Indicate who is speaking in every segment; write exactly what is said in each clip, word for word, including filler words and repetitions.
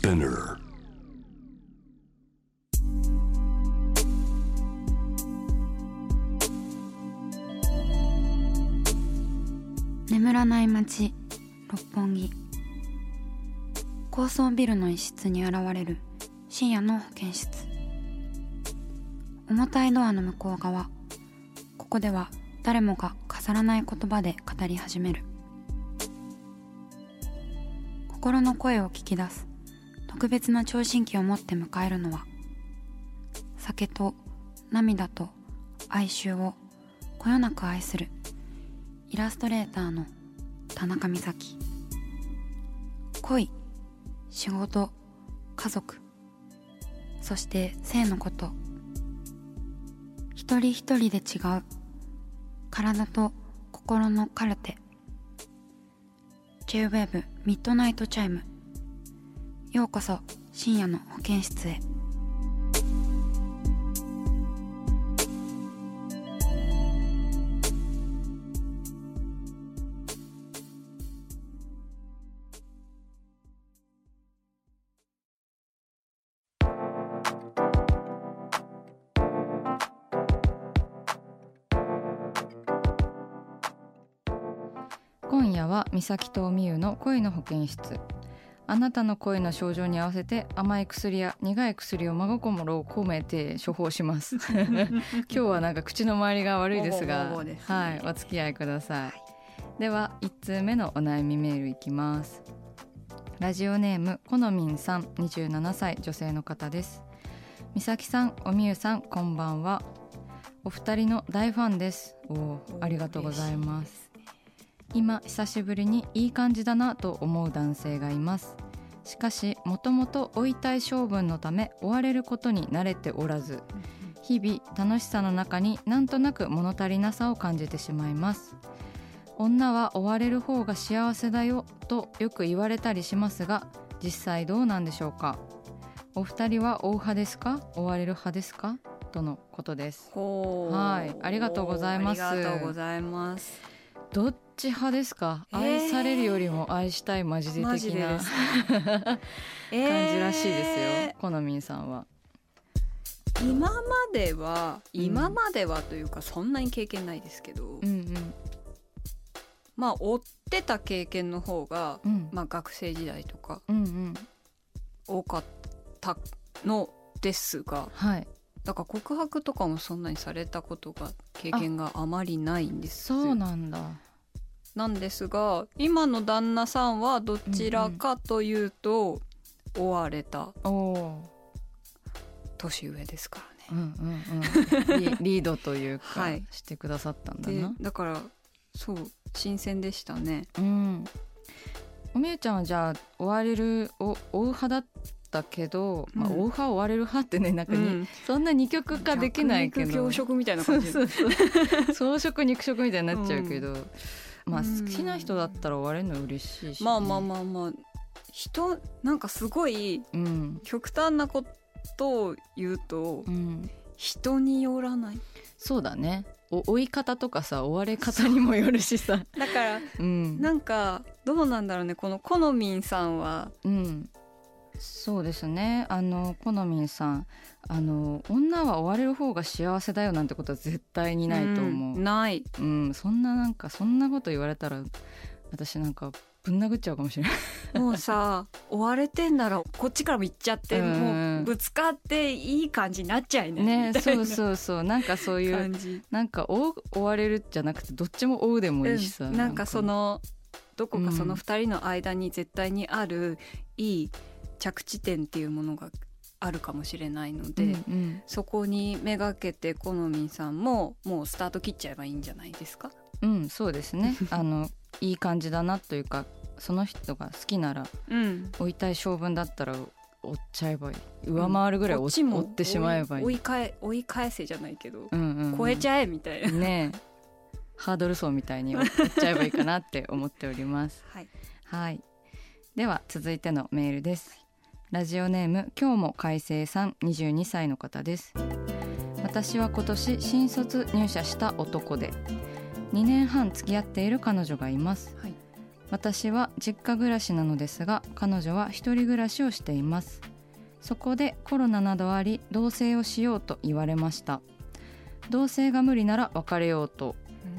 Speaker 1: Spinner。
Speaker 2: 眠らない街六本木。高層ビルの一室に現れる深夜の保健室。重たいドアの向こう側、ここでは誰もが飾らない言葉で語り始める。心の声を聞き出す特別な聴診器を持って迎えるのは、酒と涙と哀愁をこよなく愛するイラストレーターの田中美咲。恋、仕事、家族、そして性のこと、一人一人で違う体と心のカルテ。 J-ウェーブ ミッドナイトチャイム。ようこそ深夜の保健室へ。
Speaker 3: 今夜は美咲とみゆの恋の保健室。あなたの恋の症状に合わせて甘い薬や苦い薬を真心を込めて処方します今日はなんか口の周りが悪いですが、
Speaker 4: ボーボーボーボーですね。
Speaker 3: はい、お付き合いください。ではいち通目のお悩みメールいきます。ラジオネームこのみんさん、にじゅうななさい女性の方です。美咲さん、おみゆさん、こんばんは。お二人の大ファンです。おありがとうございます。今久しぶりにいい感じだなと思う男性がいます。しかしもともと追いたい性分のため追われることに慣れておらず、日々楽しさの中になんとなく物足りなさを感じてしまいます。女は追われる方が幸せだよとよく言われたりしますが、実際どうなんでしょうか。お二人は追う派ですか、追われる派ですか、とのことです。はい、ありがとうございます。
Speaker 4: ありがとうございます。
Speaker 3: どっち派ですか。
Speaker 4: えー、
Speaker 3: 愛されるよりも愛したいマジで的な、ね、感じらしいですよ、えー、このみんさんは。
Speaker 4: 今までは、うん、今まではというかそんなに経験ないですけど、うんうん、まあ追ってた経験の方が、うんまあ、学生時代とか、うんうん、多かったのですが、はい、だから告白とかもそんなにされたことが経験があまりないんですよ。
Speaker 3: そうなんだ。
Speaker 4: なんですが今の旦那さんはどちらかというと、うんうん、追われた年上ですからね、うん
Speaker 3: うんうん、リ, リードというか、はい、してくださったんだな。
Speaker 4: でだからそう新鮮でしたね、
Speaker 3: うん、おみゆちゃんはじゃあ追われる追う派だったけど、まあ、追う派追われる派ってね、なんかに、うん、そんな二極化できないけど、
Speaker 4: 教食みたいな感じ
Speaker 3: そうそうそう草食肉食みたいになっちゃうけど、うん、まあ好きな人だったら追われるの嬉しいし、ね、
Speaker 4: まあまあまあまあ人なんかすごい極端なことを言うと、うん、人によらない。
Speaker 3: そうだね、追い方とかさ追われ方にもよるしさ
Speaker 4: だから、うん、なんかどうなんだろうね、このこのみんさんは、
Speaker 3: うん、そうですね、あのこのみんさん、あの女は追われる方が幸せだよなんてことは絶対にないと思う、
Speaker 4: うん、ない、
Speaker 3: うん、そんななんかそんなこと言われたら私なんかぶん殴っちゃうかもしれない
Speaker 4: もうさ追われてんならこっちからも行っちゃって、うん、もうぶつかっていい感じになっちゃいね
Speaker 3: ね、そうそうそうなんかそういう感じ、なんか追追われるじゃなくてどっちも追うでもいいしさ、
Speaker 4: うん、なんかそのどこかそのふたりの間に絶対にあるいい着地点っていうものがあるかもしれないので、うんうん、そこにめがけてこのみんさんももうスタート切っちゃえばいいんじゃないですか。
Speaker 3: うん、そうですねあのいい感じだなというか、その人が好きなら、うん、追いたい性分だったら追っちゃえばいい、上回るぐらい 追,、うん、追ってしまえばいい、
Speaker 4: 追い返、追い返せじゃないけど、うんうんうん、超えちゃえみたいな
Speaker 3: ね、ハードル走みたいに追っちゃえばいいかなって思っておりますはい、はい、では続いてのメールです。ラジオネーム今日も快晴さん、にじゅうにさいの方です。私は今年新卒入社した男でにねんはん付き合っている彼女がいます、はい、 私は実家暮らしなのですが、彼女は一人暮らしをしています。そこでコロナなどあり、同棲をしようと言われました。同棲が無理なら別れようと。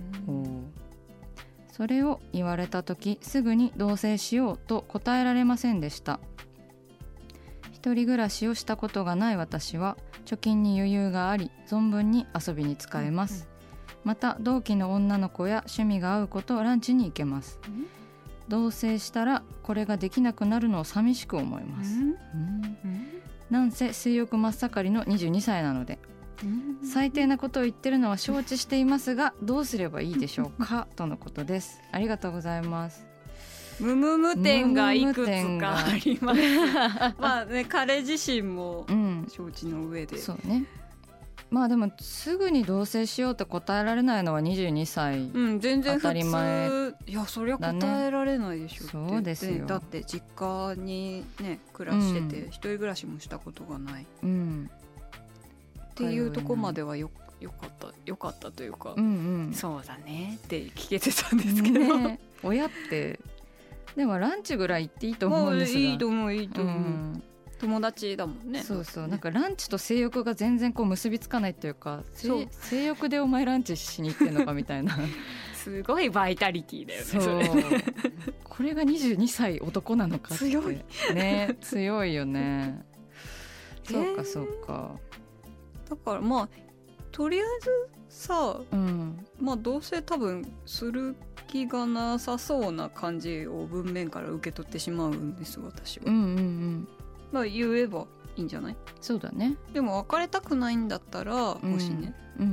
Speaker 3: それを言われた時、すぐに同棲しようと答えられませんでした。一人暮らしをしたことがない私は、貯金に余裕があり、存分に遊びに使えます。また同期の女の子や趣味が合う子とランチに行けます。同棲したらこれができなくなるのを寂しく思います。うんうん、なんせ性欲真っ盛りのにじゅうにさいなので、最低なことを言ってるのは承知していますが、どうすればいいでしょうかとのことです。ありがとうございます。
Speaker 4: ムムム点がいくつかありますまあね、彼自身も承知の上で、
Speaker 3: うん、そうね。まあでもすぐに同棲しようと答えられないのはにじゅうにさい、うん、全然当たり前、
Speaker 4: いやそりゃ答えられないでしょって。
Speaker 3: そうですよ。
Speaker 4: だって実家にね暮らしてて、うん、一人暮らしもしたことがない、うん、っていうとこまではよよかったよかったというか、うんうん、そうだねって聞けてたんですけど、ね、
Speaker 3: 親ってでもランチぐらい行っていいと思うんですが、
Speaker 4: いいと思ういいと思う、うん、友達だもんね。
Speaker 3: そうそう、なんかランチと性欲が全然こう結びつかないっていうか、性、性欲でお前ランチしに行ってんのかみたいな
Speaker 4: すごいバイタリティだよね。
Speaker 3: そう
Speaker 4: それ
Speaker 3: これがにじゅうにさい男なのかって。
Speaker 4: 強い
Speaker 3: ね、強いよねそうかそうか、
Speaker 4: だからまあとりあえずさ、うん、まあどうせ多分する気がなさそうな感じを文面から受け取ってしまうんです私は。うんうんうん、まあ言えばいいんじゃない？
Speaker 3: そうだね。
Speaker 4: でも別れたくないんだったら、うん、もしね、うんうん、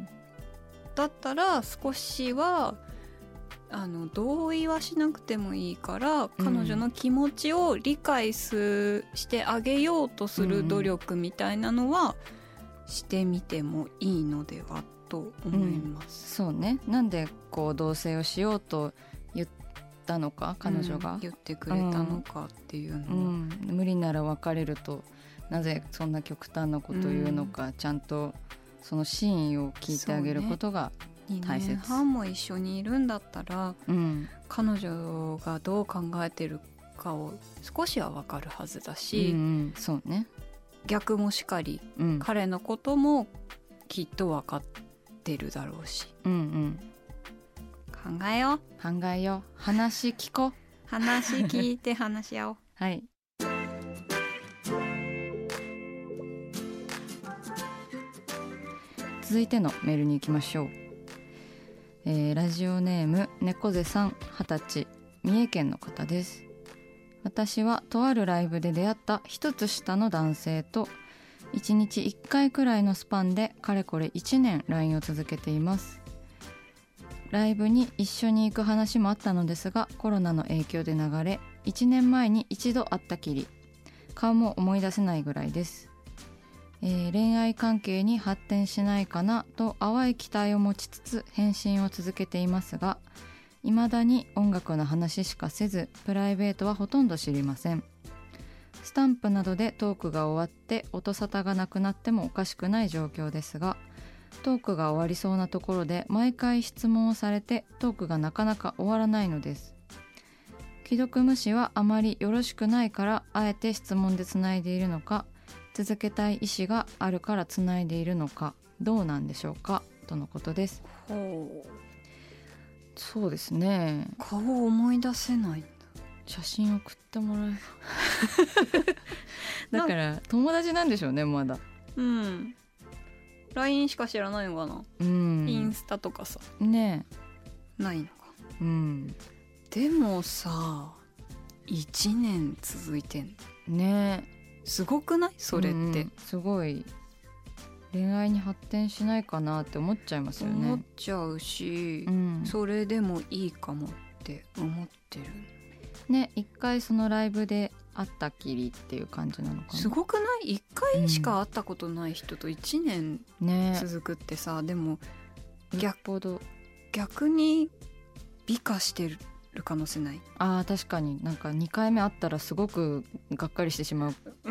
Speaker 4: だったら少しはあの同意はしなくてもいいから、うん、彼女の気持ちを理解すしてあげようとする努力みたいなのはしてみてもいいのではと思います、
Speaker 3: うん、そうね。なんでこう同棲をしようと言ったのか、彼女が、
Speaker 4: うん、言ってくれたのかっていうの、
Speaker 3: うんうん、無理なら別れるとなぜそんな極端なことを言うのか、うん、ちゃんとその真意を聞いてあげることが大切。
Speaker 4: にねんはんも一緒にいるんだったら、うん、彼女がどう考えてるかを少しは分かるはずだし、うんうん、
Speaker 3: そうね、
Speaker 4: 逆もしかり、うん、彼のこともきっと分かってるだろうし、うんうん、考えよう
Speaker 3: 考えよう話聞こう
Speaker 4: 話聞いて話し合おう
Speaker 3: はい。続いてのメールに行きましょう。えー、ラジオネーム猫背さん、はたち、三重県の方です。私はとあるライブで出会った一つ下の男性といちにちいっかいくらいのスパンでかれこれいちねん ライン を続けています。ライブに一緒に行く話もあったのですが、コロナの影響で流れ、いちねんまえに一度会ったきり、顔も思い出せないぐらいです。えー、恋愛関係に発展しないかなと淡い期待を持ちつつ返信を続けていますが、未だに音楽の話しかせず、プライベートはほとんど知りません。スタンプなどでトークが終わって音沙汰がなくなってもおかしくない状況ですが、トークが終わりそうなところで毎回質問をされてトークがなかなか終わらないのです。既読無視はあまりよろしくないからあえて質問でつないでいるのか、続けたい意思があるからつないでいるのか、どうなんでしょうかとのことです。ほう、そうですね。
Speaker 4: 顔を思い出せないんだ。
Speaker 3: 写真送ってもらえだから友達なんでしょうね、まだ。
Speaker 4: うん、ライン しか知らないのかな、うん、インスタとかさ
Speaker 3: ね
Speaker 4: えないのか、うん、でもさいちねん続いてん
Speaker 3: ねえ、
Speaker 4: すごくないそれって、うん、
Speaker 3: すごい。恋愛に発展しないかなって思っちゃいますよね。
Speaker 4: 思っちゃうし、うん、それでもいいかもって思ってる
Speaker 3: ね。一回そのライブで会ったきりっていう感じなのかな。
Speaker 4: すごくない？一回しか会ったことない人といちねん続くってさ、うんね、でも 逆, 逆に美化してる可能性ない？
Speaker 3: あー、確かに。なんかにかいめ会ったらすごくがっかりしてしまう、うん、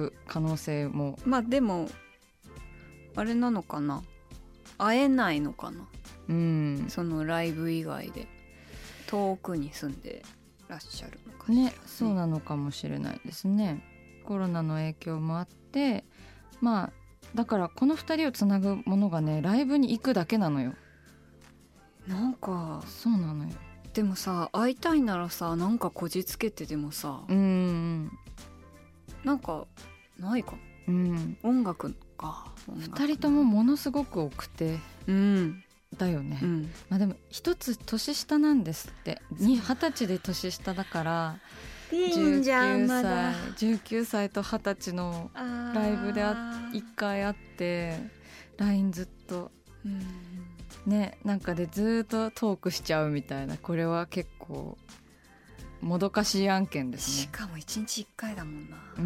Speaker 3: 可能性も。
Speaker 4: まあでもあれなのかな、会えないのかな、うん、そのライブ以外で遠くに住んでらっしゃるのかしらね。
Speaker 3: そうなのかもしれないですね。コロナの影響もあって、まあだからこのふたりをつなぐものがね、ライブに行くだけなのよ。
Speaker 4: なんか
Speaker 3: そうなのよ。
Speaker 4: でもさ、会いたいならさ、なんかこじつけてでもさ、
Speaker 3: うん、
Speaker 4: なんかないか、
Speaker 3: うん、
Speaker 4: 音楽か。
Speaker 3: ふたりともものすごく奥手、うん、だよね、うん、まあ、でも一つ年下なんですって。にはたちで年下だから
Speaker 4: いいんじゃん、まだ
Speaker 3: じゅうきゅうさいとはたちのライブでいっかい会って ライン ずっと、うんね、なんかでずっとトークしちゃうみたいな。これは結構もどかしい案件ですね。
Speaker 4: しかもいちにちいっかいだもんな。
Speaker 3: うん、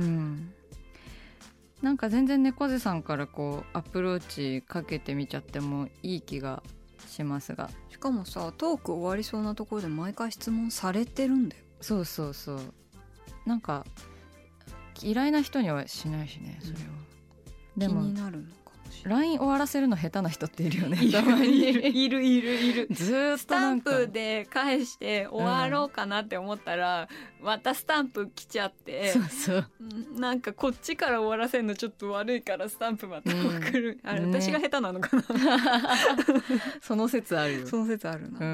Speaker 3: なんか全然猫背さんからこうアプローチかけてみちゃってもいい気がしますが、
Speaker 4: しかもさ、トーク終わりそうなところで毎回質問されてるんだよ。
Speaker 3: そうそうそう。なんか嫌いな人にはしないしね、それは、
Speaker 4: うん、でも気になるのかもしれない。
Speaker 3: ライン 終わらせるの下手な人っているよね。
Speaker 4: いるいるいるいるいる。
Speaker 3: ずーっとなんか
Speaker 4: スタンプで返して終わろうかなって思ったら、うん、またスタンプ来ちゃって、
Speaker 3: そうそう、
Speaker 4: なんかこっちから終わらせるのちょっと悪いからスタンプまた送る、うん、あれ、ね、私が下手なのかな。
Speaker 3: その説あるよ。
Speaker 4: その説あるな。
Speaker 3: うんうんうん。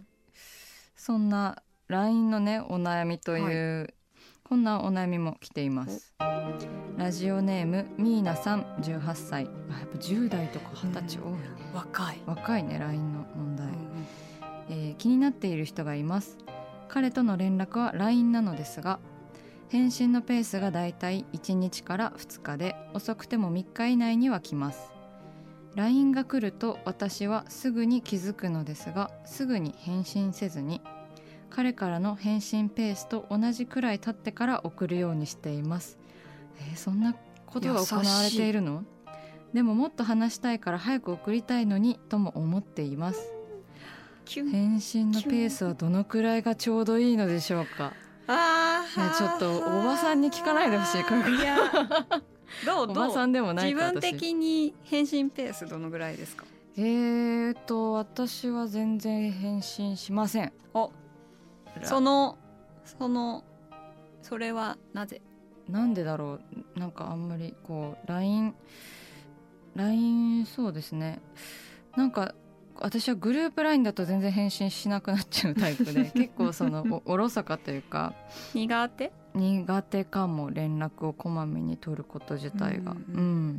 Speaker 3: そんな ライン のねお悩みという、はい、こんなお悩みも来ています。ラジオネームミーナさん、じゅうはっさい。あ、やっぱじゅう代とかはたち多いね、
Speaker 4: うん、若い
Speaker 3: 若いね。 ライン の問題、うんうん、えー、気になっている人がいます。彼との連絡は ライン なのですが、返信のペースがだいたいいちにちからふつかで、遅くてもみっか以内には来ます。 ライン が来ると私はすぐに気づくのですが、すぐに返信せずに、彼からの返信ペースと同じくらい経ってから送るようにしています。えー、そんなことが行われているの？でももっと話したいから早く送りたいのにとも思っています。返信のペースはどのくらいがちょうどいいのでしょうか？
Speaker 4: あ
Speaker 3: いや、ちょっとおばさんに聞かないでほしい。これいや
Speaker 4: どうどうおば
Speaker 3: さんでもないか。
Speaker 4: 自分的に返信ペースどのぐらいですか？
Speaker 3: えーと私は全然返信しません。
Speaker 4: お、そのそのそれはなぜ？
Speaker 3: なんでだろう。なんかあんまりこう ライン ライン そうですね、なんか私はグループ ライン だと全然返信しなくなっちゃうタイプで結構その お, おろそかというか
Speaker 4: 苦手
Speaker 3: 苦手かも。連絡をこまめに取ること自体が、うん、うん、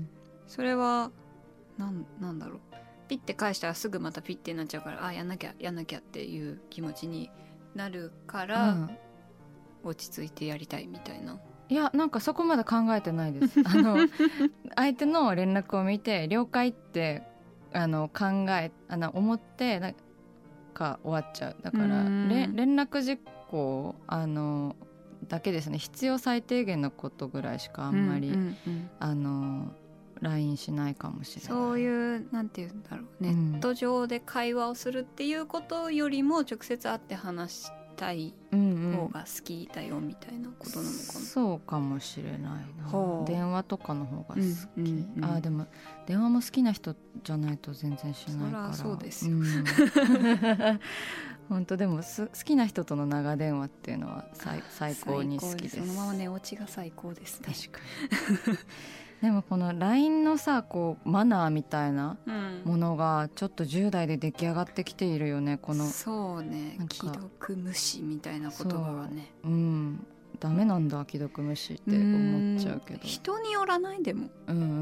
Speaker 4: それはなん、なんだろう、ピッて返したらすぐまたピッてなっちゃうから、あ、やんなきゃやんなきゃっていう気持ちになるから、うん、落ち着いてやりたいみたいな。
Speaker 3: いや、なんかそこまで考えてないです。あの相手の連絡を見て了解ってあの考えあの思ってなんか終わっちゃう。だから連絡事項あのだけですね。必要最低限のことぐらいしかあんまり、うんうんうん、あの ライン しないかもしれない。
Speaker 4: そういうなんていうんだろう、ネット上で会話をするっていうことよりも直接会って話したい方が好きだよみたいなことなのかな、うんうん、
Speaker 3: そうかもしれないな。電話とかの方が好き、うんうんうん、あ、でも電話も好きな人じゃないと全然しないから。
Speaker 4: そりゃそうですよ、うん、
Speaker 3: 本当でも好きな人との長電話っていうのは 最, 最高に好きです。
Speaker 4: そのまま寝落ちが最高ですね。
Speaker 3: 確かにでもこの ライン のさこうマナーみたいなものがちょっとじゅう代で出来上がってきているよね。この
Speaker 4: そうね、既読無視みたいな言葉がね、
Speaker 3: う、うん、ダメなんだ既読無視って思っちゃうけど、
Speaker 4: 人によらないでも、
Speaker 3: うんうんうん、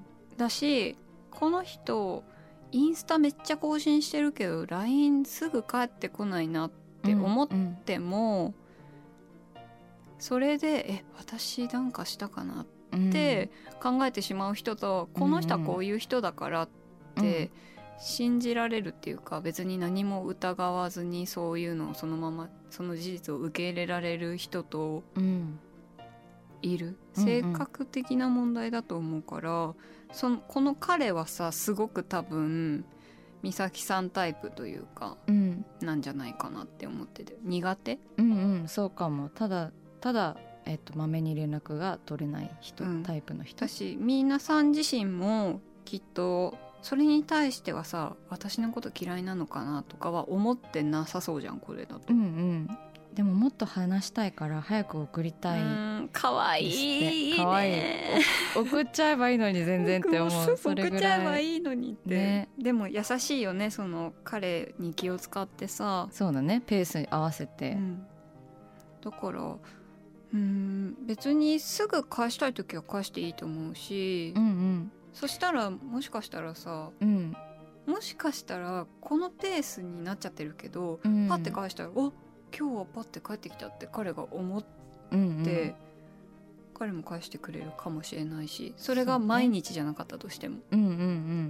Speaker 3: だ
Speaker 4: し、この人インスタめっちゃ更新してるけど ライン すぐ返ってこないなって思っても、うんうん、それでえ私なんかしたかなって考えてしまう人と、うん、この人はこういう人だからって信じられるっていうか、別に何も疑わずにそういうのをそのままその事実を受け入れられる人といる、うん、性格的な問題だと思うから、そのこの彼はさすごく多分美咲さんタイプというか、うん、なんじゃないかなって思ってて。苦手？
Speaker 3: うんうん、そうかも。ただただえっと、まめに連絡が取れない人、うん、タイプの人。
Speaker 4: 私皆さん自身もきっとそれに対してはさ、私のこと嫌いなのかなとかは思ってなさそうじゃん、これだと。
Speaker 3: うんうん、でももっと話したいから早く送りたい。
Speaker 4: かわいいね。
Speaker 3: かわいい。送っちゃえばいいのに全然って思う。
Speaker 4: それぐらい送っちゃえばいいのにって、ね、でも優しいよね、その彼に気を使ってさ。
Speaker 3: そうだね、ペースに合わせて、うん、
Speaker 4: だからうん別にすぐ返したい時は返していいと思うし、うんうん、そしたらもしかしたらさ、うん、もしかしたらこのペースになっちゃってるけど、うん、パッて返したらお今日はパッて帰ってきたって彼が思って、うんうん、彼も返してくれるかもしれないし、それが毎日じゃなかったとしても、うんうんうん、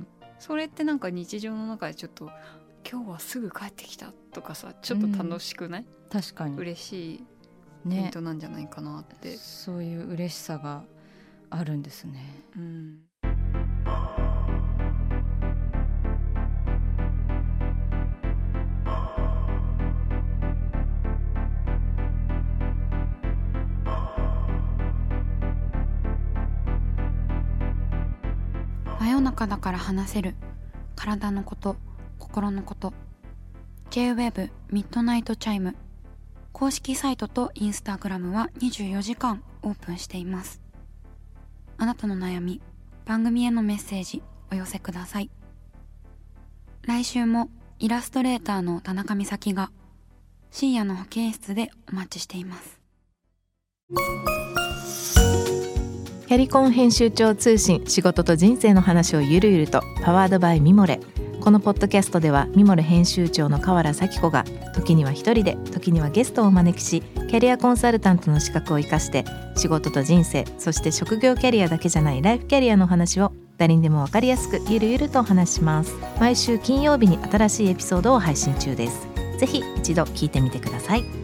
Speaker 4: それってなんか日常の中でちょっと今日はすぐ帰ってきたとかさ、ちょっと楽しくない？うん、
Speaker 3: 確かに
Speaker 4: 嬉しいポイントなんじゃないかなって、
Speaker 3: ね、そういう嬉しさがあるんですね。うん、
Speaker 2: 真夜中だから話せる体のこと、心のこと。 ジェイウェブ ミッドナイトチャイム公式サイトとインスタグラムはにじゅうよじかんオープンしています。あなたの悩み、番組へのメッセージお寄せください。来週もイラストレーターの田中美咲が深夜の保健室でお待ちしています。
Speaker 1: キャリコン編集長通信、仕事と人生の話をゆるゆると、パワードバイミモレ。このポッドキャストではミモレ編集長の河原咲子が時には一人で、時にはゲストをお招きし、キャリアコンサルタントの資格を生かして仕事と人生、そして職業キャリアだけじゃないライフキャリアの話を誰にでも分かりやすくゆるゆるとお話します。毎週金曜日に新しいエピソードを配信中です。ぜひ一度聞いてみてください。